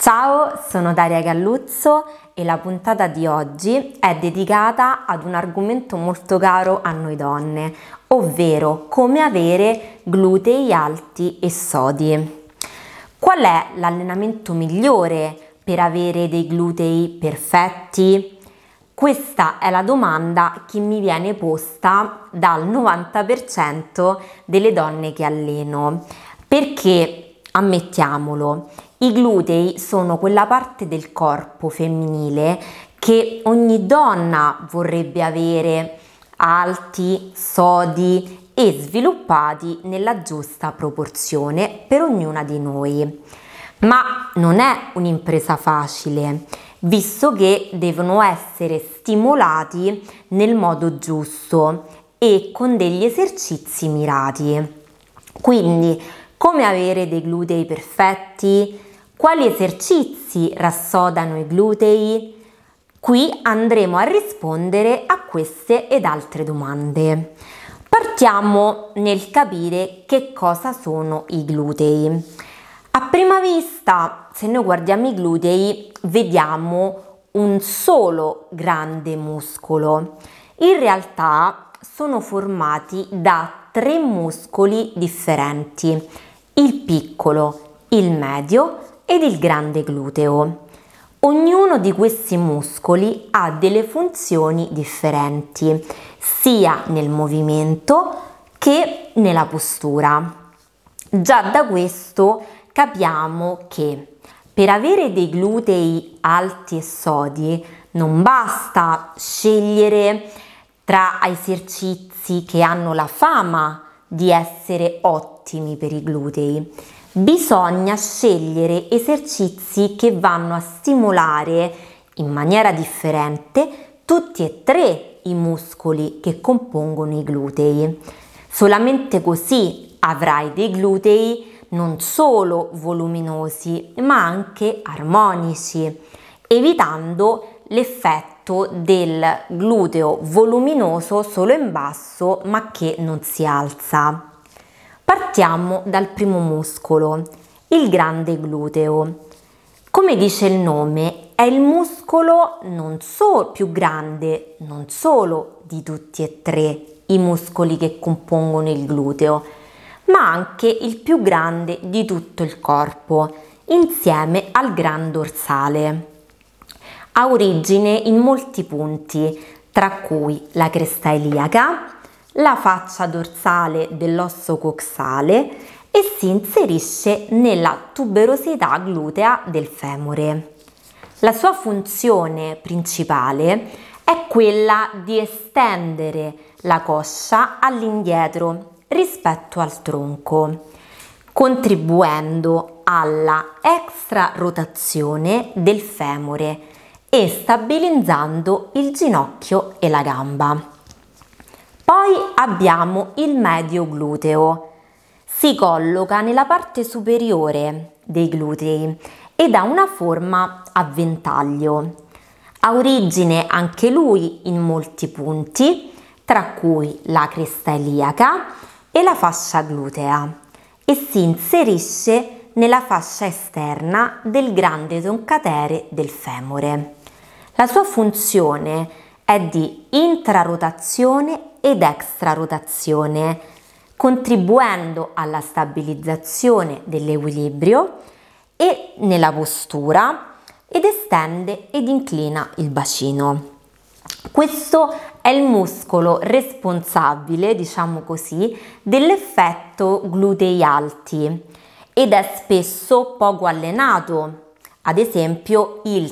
Ciao, sono Daria Galluzzo e la puntata di oggi è dedicata ad un argomento molto caro a noi donne, ovvero come avere glutei alti e sodi. Qual è l'allenamento migliore per avere dei glutei perfetti? Questa è la domanda che mi viene posta dal 90% delle donne che alleno, perché, ammettiamolo, i glutei sono quella parte del corpo femminile che ogni donna vorrebbe avere alti, sodi e sviluppati nella giusta proporzione per ognuna di noi. Ma non è un'impresa facile, visto che devono essere stimolati nel modo giusto e con degli esercizi mirati. Quindi, come avere dei glutei perfetti? Quali esercizi rassodano i glutei? Qui andremo a rispondere a queste ed altre domande. Partiamo nel capire che cosa sono i glutei. A prima vista, se noi guardiamo i glutei, vediamo un solo grande muscolo. In realtà sono formati da 3 muscoli differenti: il piccolo, il medio ed il grande gluteo. Ognuno di questi muscoli ha delle funzioni differenti, sia nel movimento che nella postura. Già da questo capiamo che per avere dei glutei alti e sodi non basta scegliere tra esercizi che hanno la fama di essere ottimi per i glutei. Bisogna scegliere esercizi che vanno a stimolare in maniera differente tutti e 3 i muscoli che compongono i glutei. Solamente così avrai dei glutei non solo voluminosi, ma anche armonici, evitando l'effetto del gluteo voluminoso solo in basso ma che non si alza. Partiamo dal primo muscolo, il grande gluteo. Come dice il nome, è il muscolo più grande, non solo di tutti e 3 i muscoli che compongono il gluteo, ma anche il più grande di tutto il corpo, insieme al gran dorsale. Ha origine in molti punti, tra cui la cresta iliaca, la faccia dorsale dell'osso coxale e si inserisce nella tuberosità glutea del femore. La sua funzione principale è quella di estendere la coscia all'indietro rispetto al tronco, contribuendo alla extrarotazione del femore e stabilizzando il ginocchio e la gamba. Poi abbiamo il medio gluteo. Si colloca nella parte superiore dei glutei ed ha una forma a ventaglio. Ha origine anche lui in molti punti, tra cui la cresta iliaca e la fascia glutea, e si inserisce nella fascia esterna del grande troncatere del femore. La sua funzione è di intrarotazione ed extrarotazione, contribuendo alla stabilizzazione dell'equilibrio e nella postura, ed estende ed inclina il bacino. Questo è il muscolo responsabile, diciamo così, dell'effetto glutei alti ed è spesso poco allenato. Ad esempio, il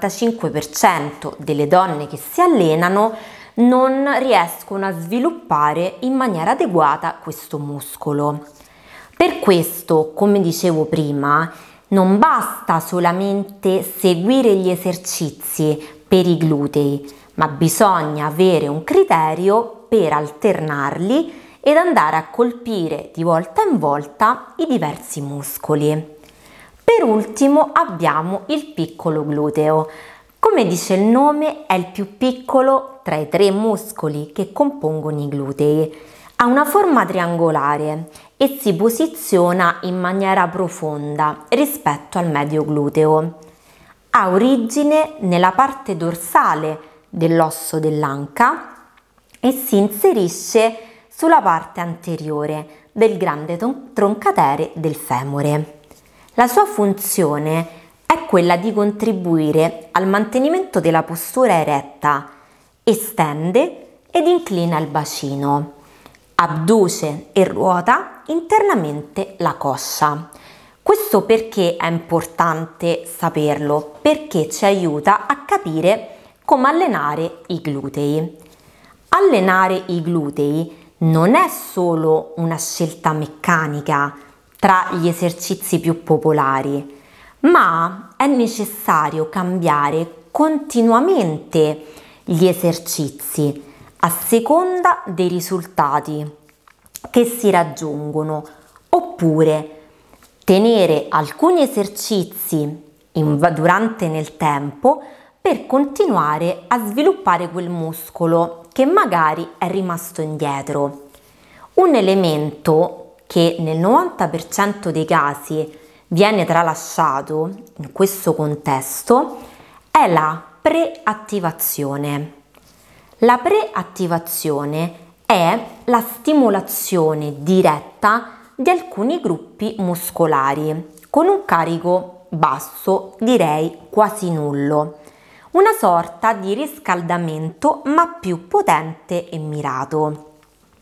75% delle donne che si allenano non riescono a sviluppare in maniera adeguata questo muscolo. Per questo, come dicevo prima, non basta solamente seguire gli esercizi per i glutei, ma bisogna avere un criterio per alternarli ed andare a colpire di volta in volta i diversi muscoli. Per ultimo abbiamo il piccolo gluteo. Come dice il nome, è il più piccolo tra i 3 muscoli che compongono i glutei. Ha una forma triangolare e si posiziona in maniera profonda rispetto al medio gluteo. Ha origine nella parte dorsale dell'osso dell'anca e si inserisce sulla parte anteriore del grande troncatere del femore. La sua funzione è quella di contribuire al mantenimento della postura eretta, estende ed inclina il bacino, abduce e ruota internamente la coscia. Questo perché è importante saperlo? Perché ci aiuta a capire come allenare i glutei. Allenare i glutei non è solo una scelta meccanica tra gli esercizi più popolari, ma è necessario cambiare continuamente gli esercizi a seconda dei risultati che si raggiungono, oppure tenere alcuni esercizi durante nel tempo per continuare a sviluppare quel muscolo che magari è rimasto indietro. Un elemento che nel 90% dei casi viene tralasciato in questo contesto è la preattivazione. La preattivazione è la stimolazione diretta di alcuni gruppi muscolari con un carico basso, direi quasi nullo, una sorta di riscaldamento ma più potente e mirato.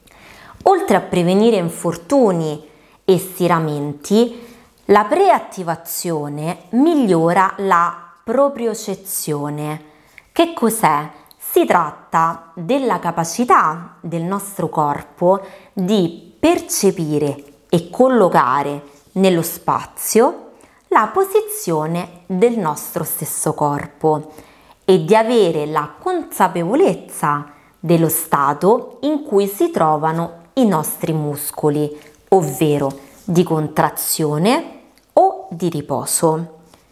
Oltre a prevenire infortuni e stiramenti, la preattivazione migliora la propriocezione. Che cos'è? Si tratta della capacità del nostro corpo di percepire e collocare nello spazio la posizione del nostro stesso corpo e di avere la consapevolezza dello stato in cui si trovano i nostri muscoli, ovvero di contrazione o di riposo.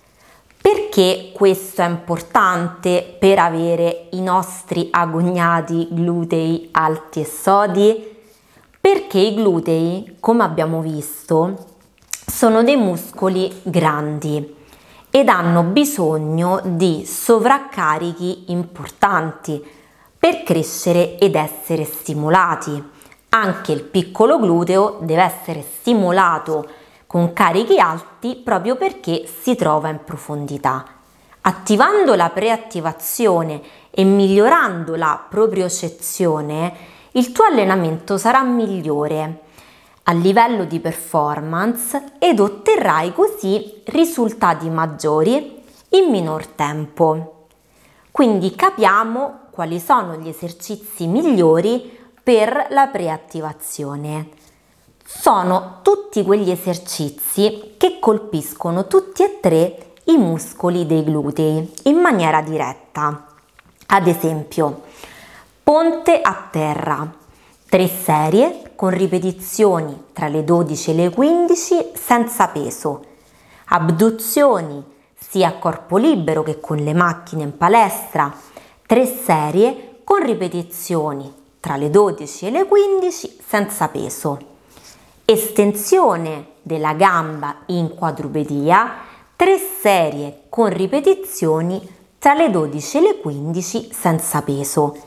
Perché questo è importante per avere i nostri agognati glutei alti e sodi? Perché i glutei, come abbiamo visto, sono dei muscoli grandi ed hanno bisogno di sovraccarichi importanti per crescere ed essere stimolati. Anche il piccolo gluteo deve essere stimolato con carichi alti proprio perché si trova in profondità. Attivando la preattivazione e migliorando la propriocezione, il tuo allenamento sarà migliore a livello di performance ed otterrai così risultati maggiori in minor tempo. Quindi capiamo quali sono gli esercizi migliori per la preattivazione. Sono tutti quegli esercizi che colpiscono tutti e tre i muscoli dei glutei in maniera diretta. Ad esempio, ponte a terra, 3 serie con ripetizioni tra le 12 e le 15 senza peso. Abduzioni sia a corpo libero che con le macchine in palestra, 3 serie con ripetizioni tra le 12 e le 15 senza peso. Estensione della gamba in quadrupedia, 3 serie con ripetizioni tra le 12 e le 15 senza peso.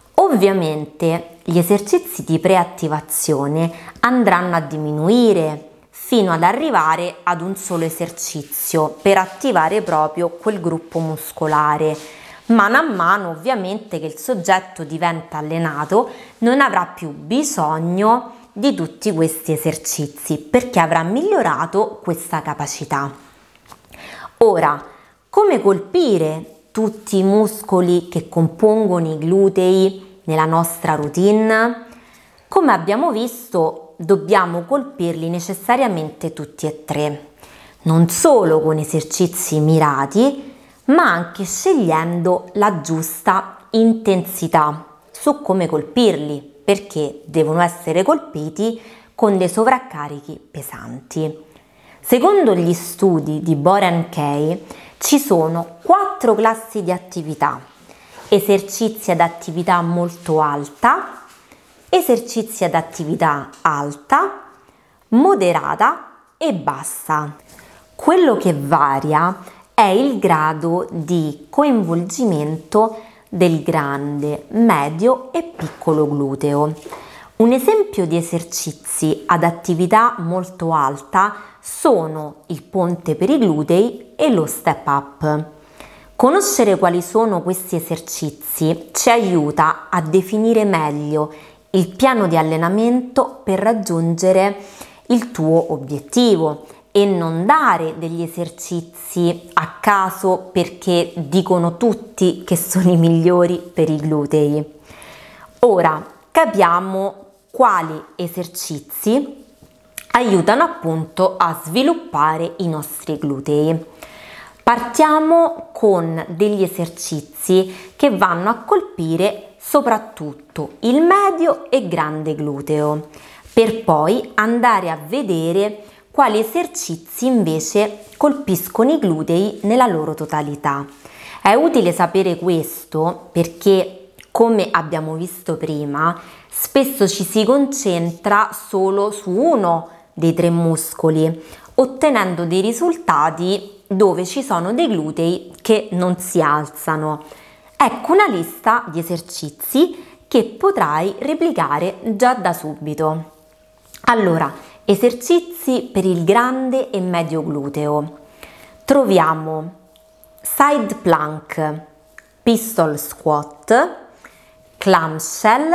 Ovviamente gli esercizi di preattivazione andranno a diminuire fino ad arrivare ad un solo esercizio per attivare proprio quel gruppo muscolare. Mano a mano ovviamente che il soggetto diventa allenato non avrà più bisogno di tutti questi esercizi perché avrà migliorato questa capacità. Ora, come colpire tutti i muscoli che compongono i glutei nella nostra routine? Come abbiamo visto, dobbiamo colpirli necessariamente tutti e tre, non solo con esercizi mirati, ma anche scegliendo la giusta intensità su come colpirli, perché devono essere colpiti con dei sovraccarichi pesanti. Secondo gli studi di Boren Kay ci sono 4 classi di attività: esercizi ad attività molto alta, esercizi ad attività alta, moderata e bassa. Quello che varia è il grado di coinvolgimento del grande, medio e piccolo gluteo. Un esempio di esercizi ad attività molto alta sono il ponte per i glutei e lo step up. Conoscere quali sono questi esercizi ci aiuta a definire meglio il piano di allenamento per raggiungere il tuo obiettivo e non dare degli esercizi a caso perché dicono tutti che sono i migliori per i glutei. Ora capiamo quali esercizi aiutano appunto a sviluppare i nostri glutei. Partiamo con degli esercizi che vanno a colpire soprattutto il medio e grande gluteo, per poi andare a vedere quali esercizi invece colpiscono i glutei nella loro totalità. È utile sapere questo perché, come abbiamo visto prima, spesso ci si concentra solo su uno dei tre muscoli, ottenendo dei risultati dove ci sono dei glutei che non si alzano. Ecco una lista di esercizi che potrai replicare già da subito. Allora, esercizi per il grande e medio gluteo. Troviamo side plank, pistol squat, clamshell,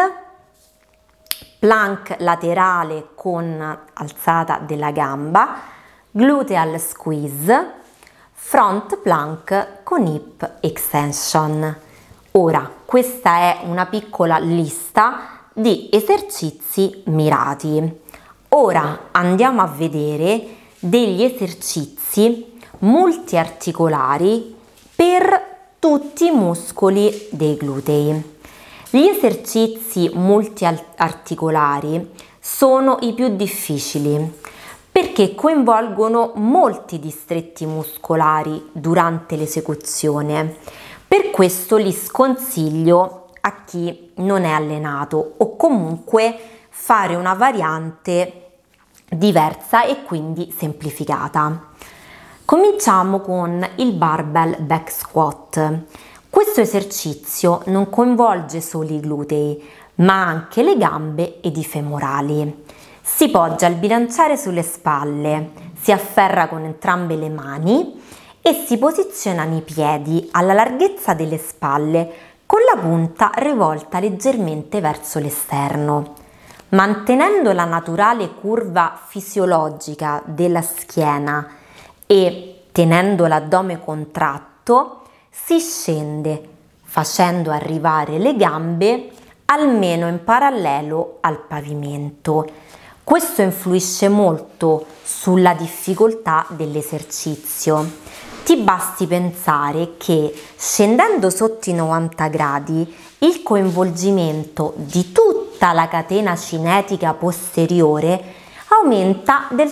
plank laterale con alzata della gamba, gluteal squeeze, front plank con hip extension. Ora, questa è una piccola lista di esercizi mirati. Ora andiamo a vedere degli esercizi multiarticolari per tutti i muscoli dei glutei. Gli esercizi multiarticolari sono i più difficili perché coinvolgono molti distretti muscolari durante l'esecuzione. Per questo li sconsiglio a chi non è allenato o comunque fare una variante diversa e quindi semplificata. Cominciamo con il barbell back squat. Questo esercizio non coinvolge solo i glutei, ma anche le gambe ed i femorali. Si poggia al bilanciare sulle spalle, si afferra con entrambe le mani e si posizionano i piedi alla larghezza delle spalle con la punta rivolta leggermente verso l'esterno. Mantenendo la naturale curva fisiologica della schiena e tenendo l'addome contratto, si scende facendo arrivare le gambe almeno in parallelo al pavimento. Questo influisce molto sulla difficoltà dell'esercizio. Ti basti pensare che scendendo sotto i 90 gradi il coinvolgimento di tutta la catena cinetica posteriore aumenta del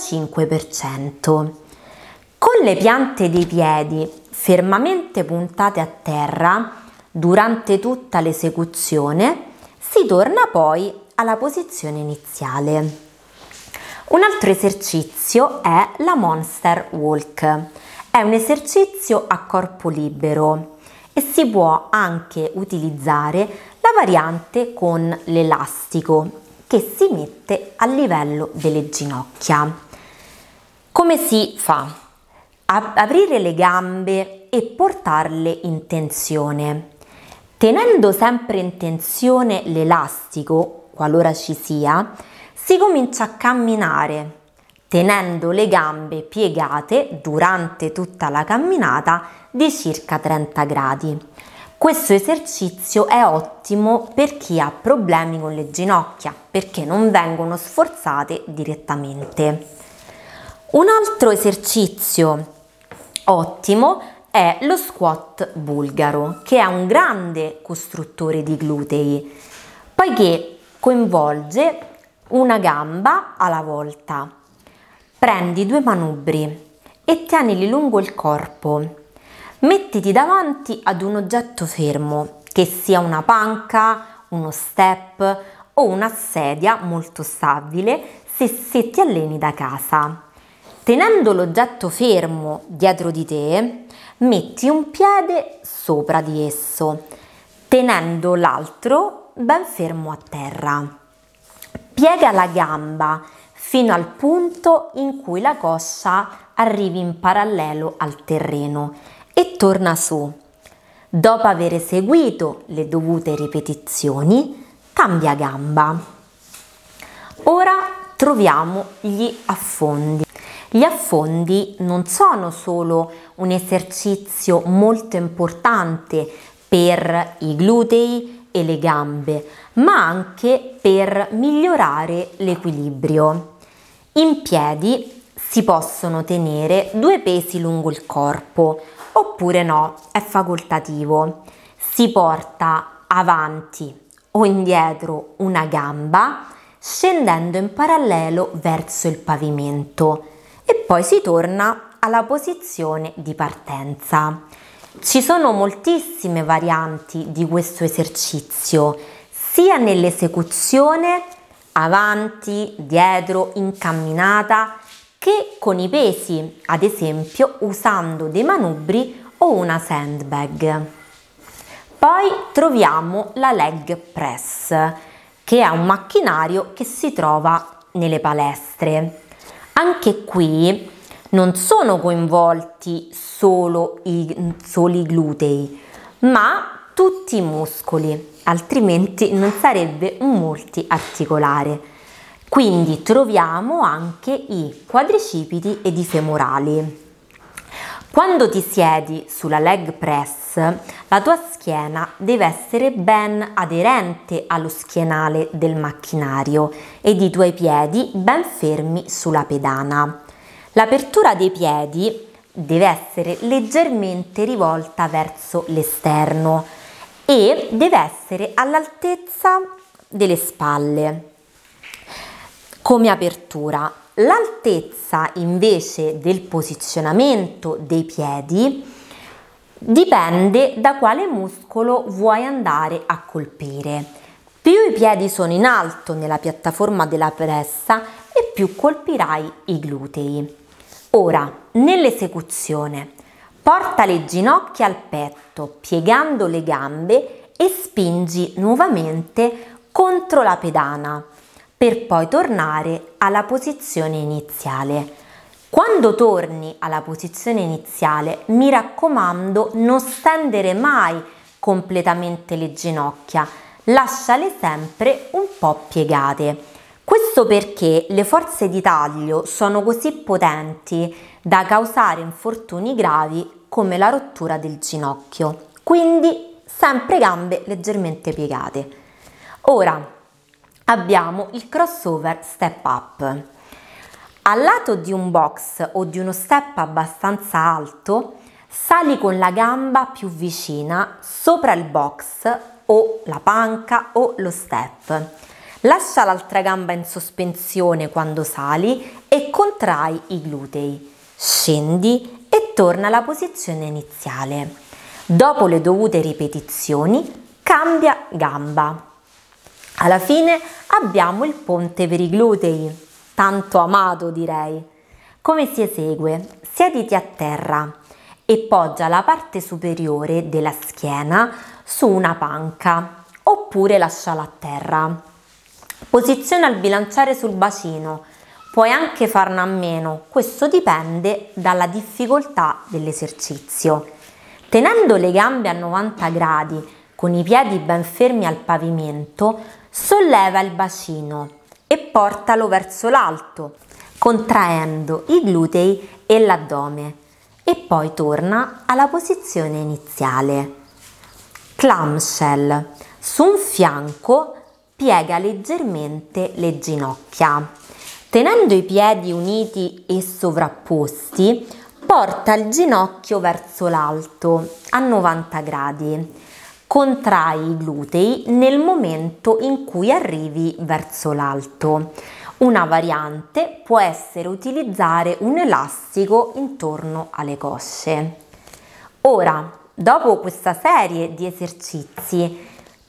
35%. Con le piante dei piedi fermamente puntate a terra durante tutta l'esecuzione si torna poi alla posizione iniziale. Un altro esercizio è la monster walk. È un esercizio a corpo libero e si può anche utilizzare la variante con l'elastico che si mette a livello delle ginocchia. Come si fa? Aprire le gambe e portarle in tensione. Tenendo sempre in tensione l'elastico, qualora ci sia, si comincia a camminare, tenendo le gambe piegate durante tutta la camminata di circa 30 gradi. Questo esercizio è ottimo per chi ha problemi con le ginocchia, perché non vengono sforzate direttamente. Un altro esercizio ottimo è lo squat bulgaro, che è un grande costruttore di glutei, poiché coinvolge una gamba alla volta. Prendi 2 manubri e tienili lungo il corpo. Mettiti davanti ad un oggetto fermo, che sia una panca, uno step o una sedia molto stabile se ti alleni da casa. Tenendo l'oggetto fermo dietro di te, metti un piede sopra di esso, tenendo l'altro ben fermo a terra. Piega la gamba fino al punto in cui la coscia arrivi in parallelo al terreno e torna su. Dopo aver eseguito le dovute ripetizioni, cambia gamba. Ora troviamo gli affondi. Gli affondi non sono solo un esercizio molto importante per i glutei e le gambe, ma anche per migliorare l'equilibrio. In piedi si possono tenere 2 pesi lungo il corpo, oppure no, è facoltativo. Si porta avanti o indietro una gamba, scendendo in parallelo verso il pavimento e poi si torna alla posizione di partenza. Ci sono moltissime varianti di questo esercizio, sia nell'esecuzione avanti, dietro, in camminata, che con i pesi, ad esempio usando dei manubri o una sandbag. Poi troviamo la leg press, che è un macchinario che si trova nelle palestre. Anche qui non sono coinvolti solo i glutei, ma tutti i muscoli, altrimenti non sarebbe un multiarticolare. Quindi troviamo anche i quadricipiti ed i femorali. Quando ti siedi sulla leg press, la tua schiena deve essere ben aderente allo schienale del macchinario ed i tuoi piedi ben fermi sulla pedana. L'apertura dei piedi deve essere leggermente rivolta verso l'esterno e deve essere all'altezza delle spalle come apertura. L'altezza invece del posizionamento dei piedi dipende da quale muscolo vuoi andare a colpire. Più i piedi sono in alto nella piattaforma della pressa e più colpirai i glutei. Ora, nell'esecuzione, porta le ginocchia al petto, piegando le gambe e spingi nuovamente contro la pedana, per poi tornare alla posizione iniziale. Quando torni alla posizione iniziale, mi raccomando, non stendere mai completamente le ginocchia, lasciale sempre un po' piegate. Questo perché le forze di taglio sono così potenti da causare infortuni gravi come la rottura del ginocchio. Quindi sempre gambe leggermente piegate. Ora abbiamo il crossover step up. Al lato di un box o di uno step abbastanza alto, sali con la gamba più vicina sopra il box o la panca o lo step. Lascia l'altra gamba in sospensione quando sali e contrai i glutei. Scendi e torna alla posizione iniziale. Dopo le dovute ripetizioni, cambia gamba. Alla fine abbiamo il ponte per i glutei, tanto amato direi. Come si esegue? Siediti a terra e poggia la parte superiore della schiena su una panca oppure lasciala a terra. Posiziona il bilanciere sul bacino, puoi anche farne a meno, questo dipende dalla difficoltà dell'esercizio. Tenendo le gambe a 90 gradi, con i piedi ben fermi al pavimento, solleva il bacino e portalo verso l'alto, contraendo i glutei e l'addome e poi torna alla posizione iniziale. Clamshell. Su un fianco piega leggermente le ginocchia. Tenendo i piedi uniti e sovrapposti, porta il ginocchio verso l'alto a 90 gradi. Contrai i glutei nel momento in cui arrivi verso l'alto. Una variante può essere utilizzare un elastico intorno alle cosce. Ora, dopo questa serie di esercizi,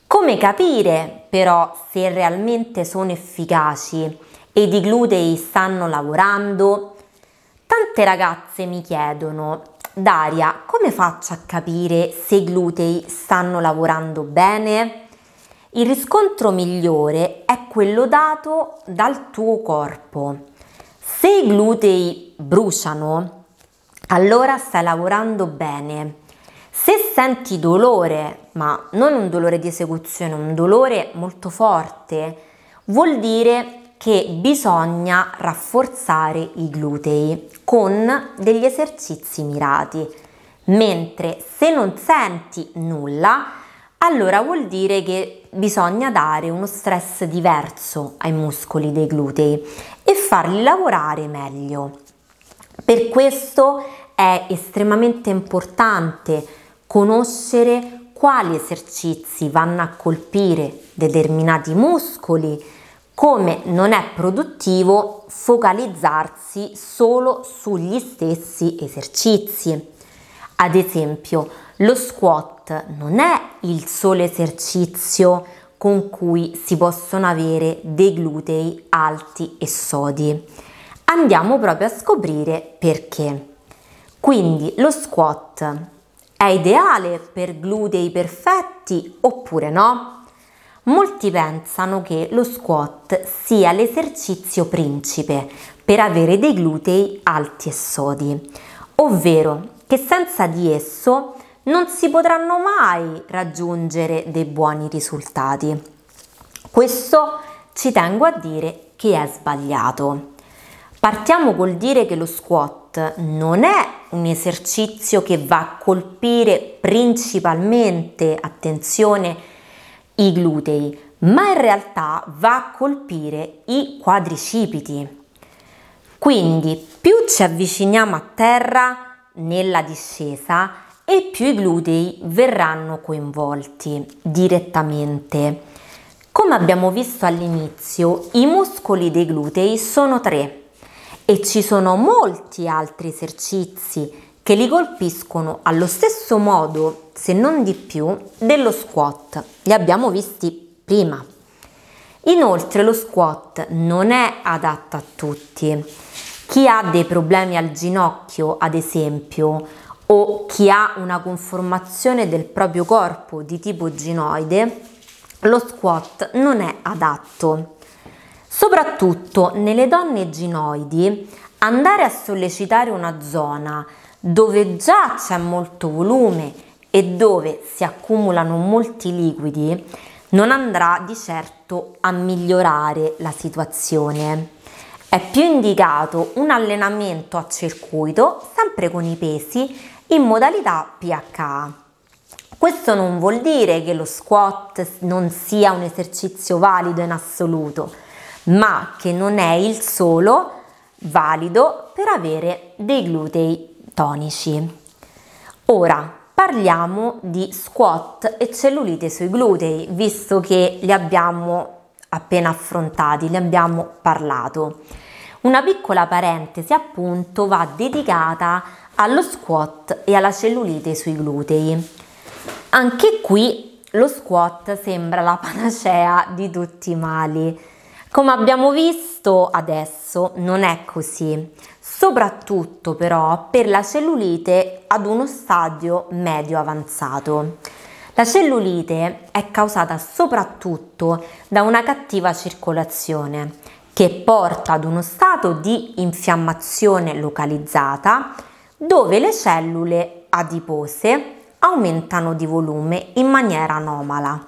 Come capire però se realmente sono efficaci e i glutei stanno lavorando? Tante ragazze mi chiedono: Daria, come faccio a capire se i glutei stanno lavorando bene? Il riscontro migliore è quello dato dal tuo corpo. Se i glutei bruciano, allora stai lavorando bene. Se senti dolore, ma non un dolore di esecuzione, un dolore molto forte, vuol dire che bisogna rafforzare i glutei con degli esercizi mirati. Mentre se non senti nulla, allora vuol dire che bisogna dare uno stress diverso ai muscoli dei glutei e farli lavorare meglio. Per questo è estremamente importante conoscere quali esercizi vanno a colpire determinati muscoli, come non è produttivo focalizzarsi solo sugli stessi esercizi. Ad esempio, lo squat non è il solo esercizio con cui si possono avere dei glutei alti e sodi. Andiamo proprio a scoprire perché. Quindi lo squat è ideale per glutei perfetti oppure no? Molti pensano che lo squat sia l'esercizio principe per avere dei glutei alti e sodi, ovvero che senza di esso non si potranno mai raggiungere dei buoni risultati. Questo ci tengo a dire che è sbagliato. Partiamo col dire che lo squat non è un esercizio che va a colpire principalmente, attenzione, i glutei, ma in realtà va a colpire i quadricipiti. Quindi più ci avviciniamo a terra nella discesa e più i glutei verranno coinvolti direttamente. Come abbiamo visto all'inizio, i muscoli dei glutei sono 3 e ci sono molti altri esercizi che li colpiscono allo stesso modo, se non di più, dello squat. Li abbiamo visti prima. Inoltre lo squat non è adatto a tutti. Chi ha dei problemi al ginocchio, ad esempio, o chi ha una conformazione del proprio corpo di tipo ginoide, lo squat non è adatto. Soprattutto nelle donne ginoidi, andare a sollecitare una zona dove già c'è molto volume e dove si accumulano molti liquidi non andrà di certo a migliorare la situazione. È più indicato un allenamento a circuito, sempre con i pesi, in modalità PHA. Questo non vuol dire che lo squat non sia un esercizio valido in assoluto, ma che non è il solo valido per avere dei glutei tonici. Ora parliamo di squat e cellulite sui glutei, visto che li abbiamo appena affrontati, ne abbiamo parlato. Una piccola parentesi appunto va dedicata allo squat e alla cellulite sui glutei. Anche qui lo squat sembra la panacea di tutti i mali. Come abbiamo visto adesso non è così, soprattutto però per la cellulite ad uno stadio medio avanzato. La cellulite è causata soprattutto da una cattiva circolazione che porta ad uno stato di infiammazione localizzata dove le cellule adipose aumentano di volume in maniera anomala.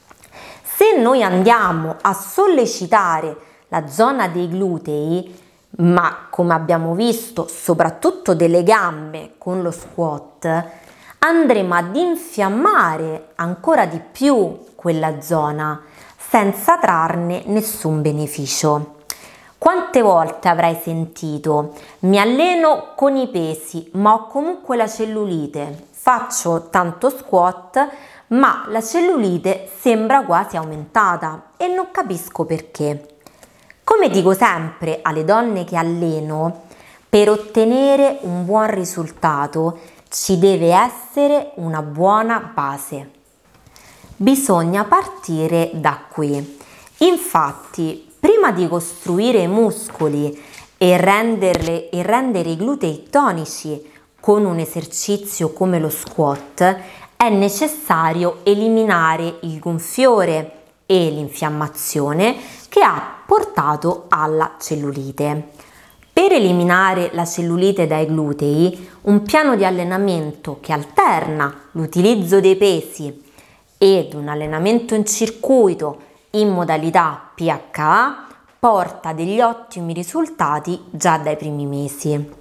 Se noi andiamo a sollecitare la zona dei glutei, ma come abbiamo visto soprattutto delle gambe con lo squat, andremo ad infiammare ancora di più quella zona senza trarne nessun beneficio. Quante volte avrai sentito: mi alleno con i pesi ma ho comunque la cellulite, faccio tanto squat ma la cellulite sembra quasi aumentata e non capisco perché. Come dico sempre alle donne che alleno, per ottenere un buon risultato ci deve essere una buona base. Bisogna partire da qui. Infatti, prima di costruire i muscoli e rendere i glutei tonici con un esercizio come lo squat, è necessario eliminare il gonfiore e l'infiammazione che ha portato alla cellulite. Per eliminare la cellulite dai glutei, un piano di allenamento che alterna l'utilizzo dei pesi ed un allenamento in circuito in modalità PHA porta degli ottimi risultati già dai primi mesi.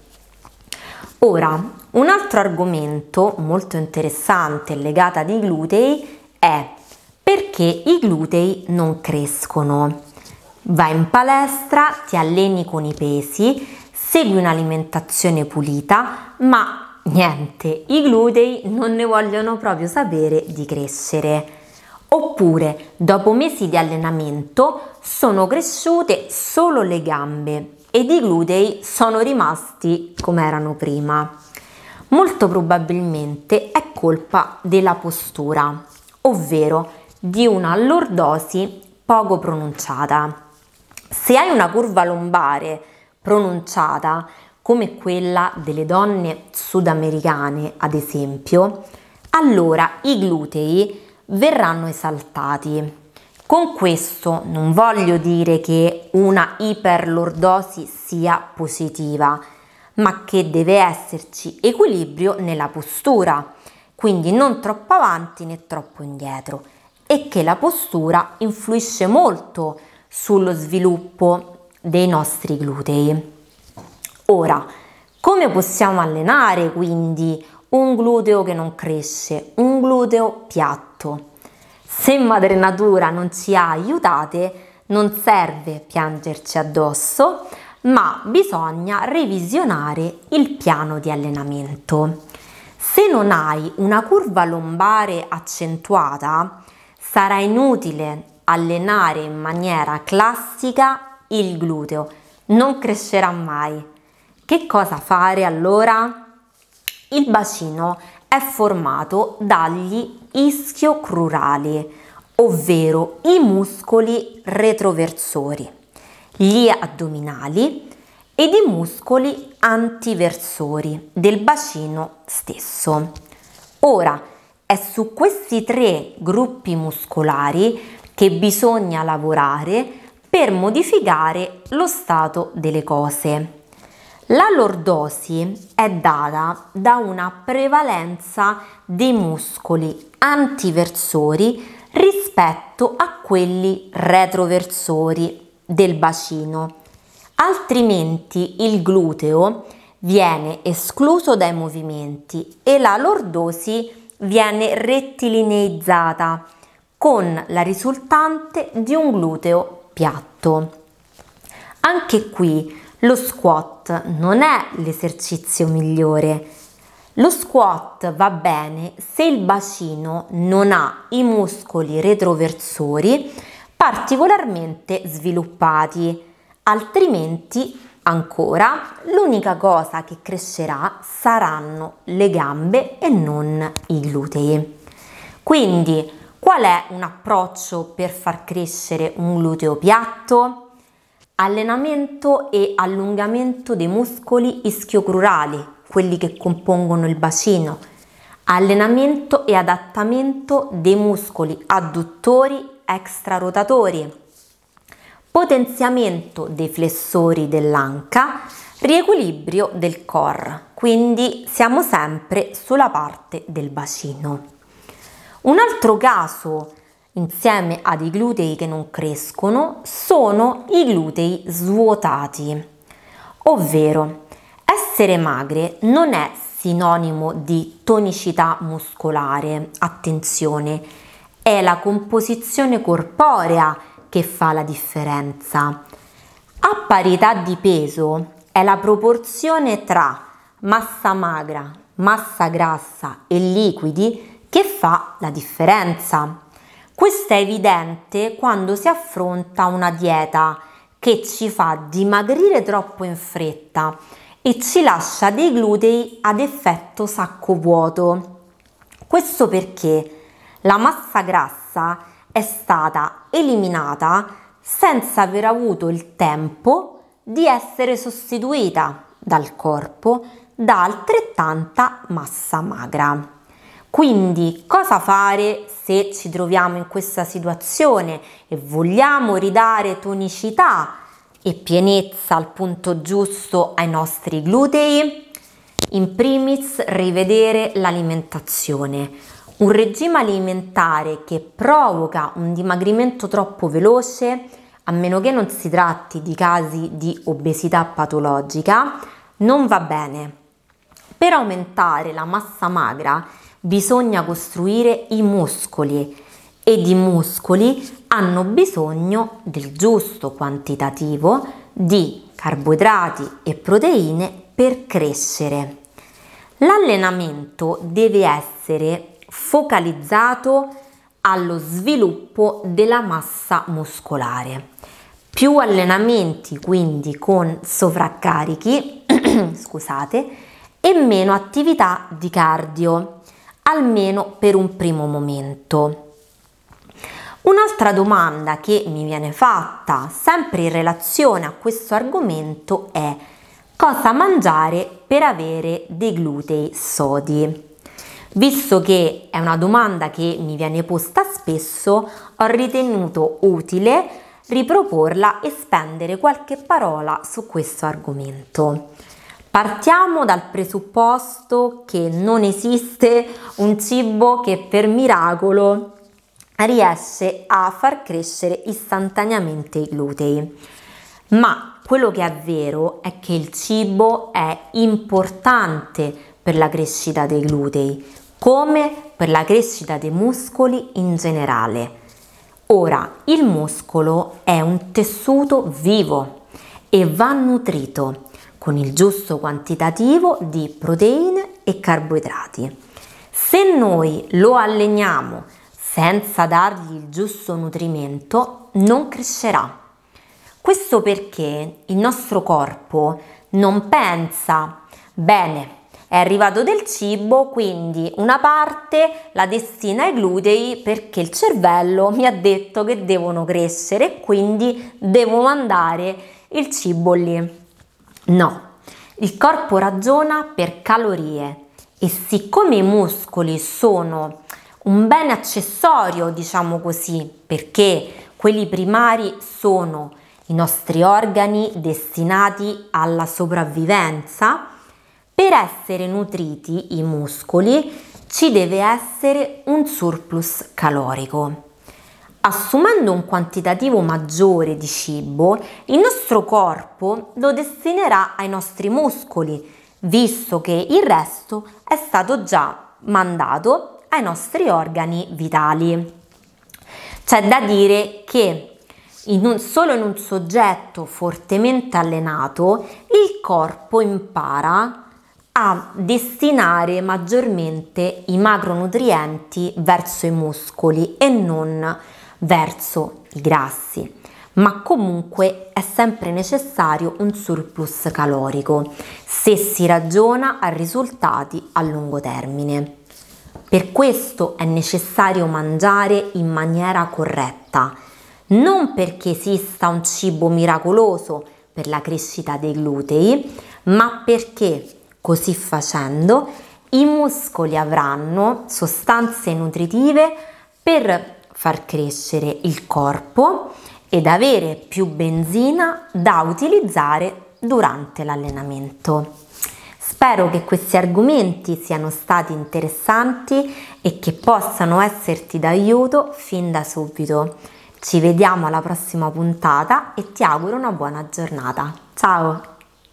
Ora, un altro argomento molto interessante legato ai glutei è perché i glutei non crescono. Vai in palestra, ti alleni con i pesi, segui un'alimentazione pulita, ma niente, i glutei non ne vogliono proprio sapere di crescere. Oppure, dopo mesi di allenamento, sono cresciute solo le gambe ed i glutei sono rimasti come erano prima. Molto probabilmente è colpa della postura, ovvero di una lordosi poco pronunciata. Se hai una curva lombare pronunciata, come quella delle donne sudamericane, ad esempio, allora i glutei verranno esaltati. Con questo non voglio dire che una iperlordosi sia positiva, ma che deve esserci equilibrio nella postura, quindi non troppo avanti né troppo indietro, e che la postura influisce molto sullo sviluppo dei nostri glutei. Ora, come possiamo allenare quindi un gluteo che non cresce, un gluteo piatto? Se madre natura non ci ha aiutate, non serve piangerci addosso, ma bisogna revisionare il piano di allenamento. Se non hai una curva lombare accentuata, sarà inutile allenare in maniera classica il gluteo, non crescerà mai. Che cosa fare allora? Il bacino è formato dagli ischio-crurali, ovvero i muscoli retroversori, gli addominali ed i muscoli antiversori del bacino stesso. Ora, è su questi tre gruppi muscolari che bisogna lavorare per modificare lo stato delle cose. La lordosi è data da una prevalenza dei muscoli antiversori rispetto a quelli retroversori del bacino. Altrimenti il gluteo viene escluso dai movimenti e la lordosi viene rettilineizzata, con la risultante di un gluteo piatto. Anche qui lo squat non è l'esercizio migliore. Lo squat va bene se il bacino non ha i muscoli retroversori particolarmente sviluppati, altrimenti ancora l'unica cosa che crescerà saranno le gambe e non i glutei. Quindi, qual è un approccio per far crescere un gluteo piatto? Allenamento e allungamento dei muscoli ischio-crurali, quelli che compongono il bacino. Allenamento e adattamento dei muscoli adduttori extrarotatori. Potenziamento dei flessori dell'anca, riequilibrio del core, quindi siamo sempre sulla parte del bacino. Un altro caso insieme a dei glutei che non crescono sono i glutei svuotati, ovvero essere magre non è sinonimo di tonicità muscolare, attenzione, è la composizione corporea che fa la differenza. A parità di peso è la proporzione tra massa magra, massa grassa e liquidi che fa la differenza. Questo è evidente quando si affronta una dieta che ci fa dimagrire troppo in fretta e ci lascia dei glutei ad effetto sacco vuoto. Questo perché la massa grassa grassa è stata eliminata senza aver avuto il tempo di essere sostituita dal corpo da altrettanta massa magra. Quindi cosa fare se ci troviamo in questa situazione e vogliamo ridare tonicità e pienezza al punto giusto ai nostri glutei? In primis rivedere l'alimentazione. Un regime alimentare che provoca un dimagrimento troppo veloce, a meno che non si tratti di casi di obesità patologica, non va bene. Per aumentare la massa magra bisogna costruire i muscoli ed i muscoli hanno bisogno del giusto quantitativo di carboidrati e proteine per crescere. L'allenamento deve essere focalizzato allo sviluppo della massa muscolare. Più allenamenti quindi con sovraccarichi, scusate, e meno attività di cardio, almeno per un primo momento. Un'altra domanda che mi viene fatta, sempre in relazione a questo argomento, è: cosa mangiare per avere dei glutei sodi? Visto che è una domanda che mi viene posta spesso, ho ritenuto utile riproporla e spendere qualche parola su questo argomento. Partiamo dal presupposto che non esiste un cibo che per miracolo riesce a far crescere istantaneamente i glutei, ma quello che è vero è che il cibo è importante per la crescita dei glutei, come per la crescita dei muscoli in generale. Ora, il muscolo è un tessuto vivo e va nutrito con il giusto quantitativo di proteine e carboidrati. Se noi lo alleniamo senza dargli il giusto nutrimento, non crescerà. Questo perché il nostro corpo non pensa: bene, è arrivato del cibo, quindi una parte la destina ai glutei perché il cervello mi ha detto che devono crescere e quindi devo mandare il cibo lì. No, il corpo ragiona per calorie e siccome i muscoli sono un bene accessorio, diciamo così, perché quelli primari sono i nostri organi destinati alla sopravvivenza, per essere nutriti i muscoli ci deve essere un surplus calorico. Assumendo un quantitativo maggiore di cibo, il nostro corpo lo destinerà ai nostri muscoli, visto che il resto è stato già mandato ai nostri organi vitali. C'è da dire che solo in un soggetto fortemente allenato il corpo impara a destinare maggiormente i macronutrienti verso i muscoli e non verso i grassi, ma comunque è sempre necessario un surplus calorico se si ragiona a risultati a lungo termine. Per questo è necessario mangiare in maniera corretta, non perché esista un cibo miracoloso per la crescita dei glutei, ma perché così facendo i muscoli avranno sostanze nutritive per far crescere il corpo ed avere più benzina da utilizzare durante l'allenamento. Spero che questi argomenti siano stati interessanti e che possano esserti d'aiuto fin da subito. Ci vediamo alla prossima puntata e ti auguro una buona giornata. Ciao!